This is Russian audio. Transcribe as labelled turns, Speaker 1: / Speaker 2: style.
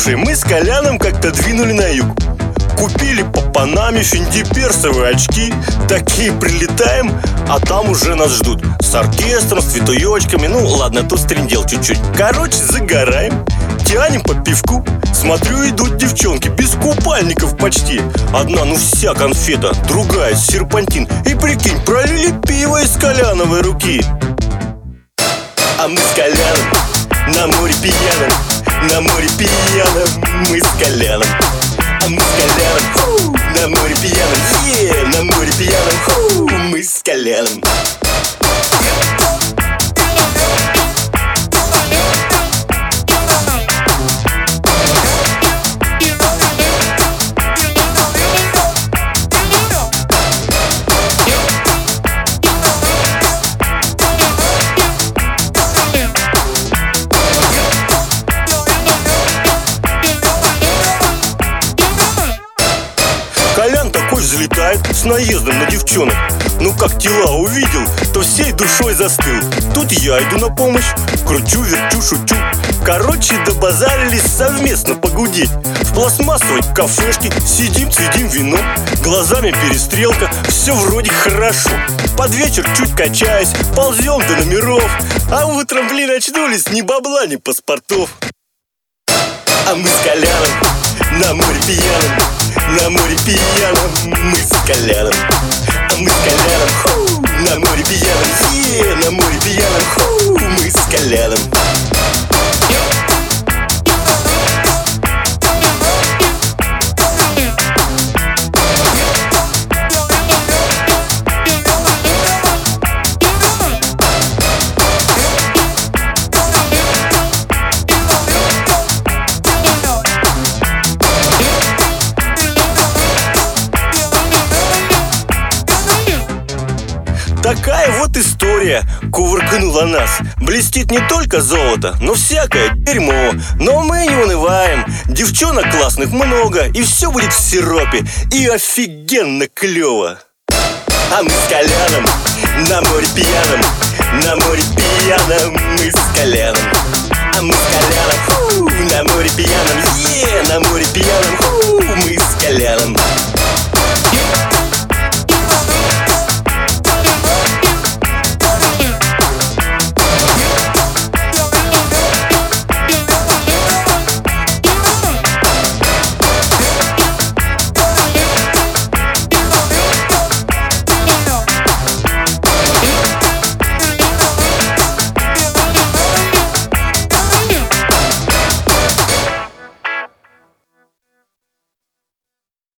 Speaker 1: Слушай, мы с Коляном как-то двинули на юг. Купили по Панаме финдиперсовые очки. Такие прилетаем, а там уже нас ждут с оркестром, с цветуёчками. Ну ладно, тут стрендел чуть-чуть. Короче, загораем, тянем по пивку. Смотрю, идут девчонки без купальников почти. Одна, ну вся конфета, другая серпантин. И прикинь, пролили пиво из Коляновой руки. А мы с Коляном на море пьяном, на море пьяном мы с Коляном. А мы с Коляном на море пьяном, на море пьяном мы с Коляном. Колян такой взлетает с наездом на девчонок. Ну как тела увидел, то всей душой застыл. Тут я иду на помощь, кручу, верчу, шучу. Короче, добазарились совместно погудеть. В пластмассовой кафешке сидим, цедим вино. Глазами перестрелка, все вроде хорошо. Под вечер чуть качаясь, ползем до номеров. А утром, очнулись, ни бабла, ни паспортов. А мы с Коляном на море пьяном, на море пьяном мы с Коляном. А мы с Коляном на море пьяном, на море пьяном мы с Коляном. Такая вот история кувыркнула нас. Блестит не только золото, но всякое дерьмо. Но мы не унываем. Девчонок классных много, и все будет в сиропе. И офигенно клево. А мы с Коляном на море пьяном, на море пьяном мы с Коляном. А мы с Коляном на море пьяном, на море пьяном мы с Коляном.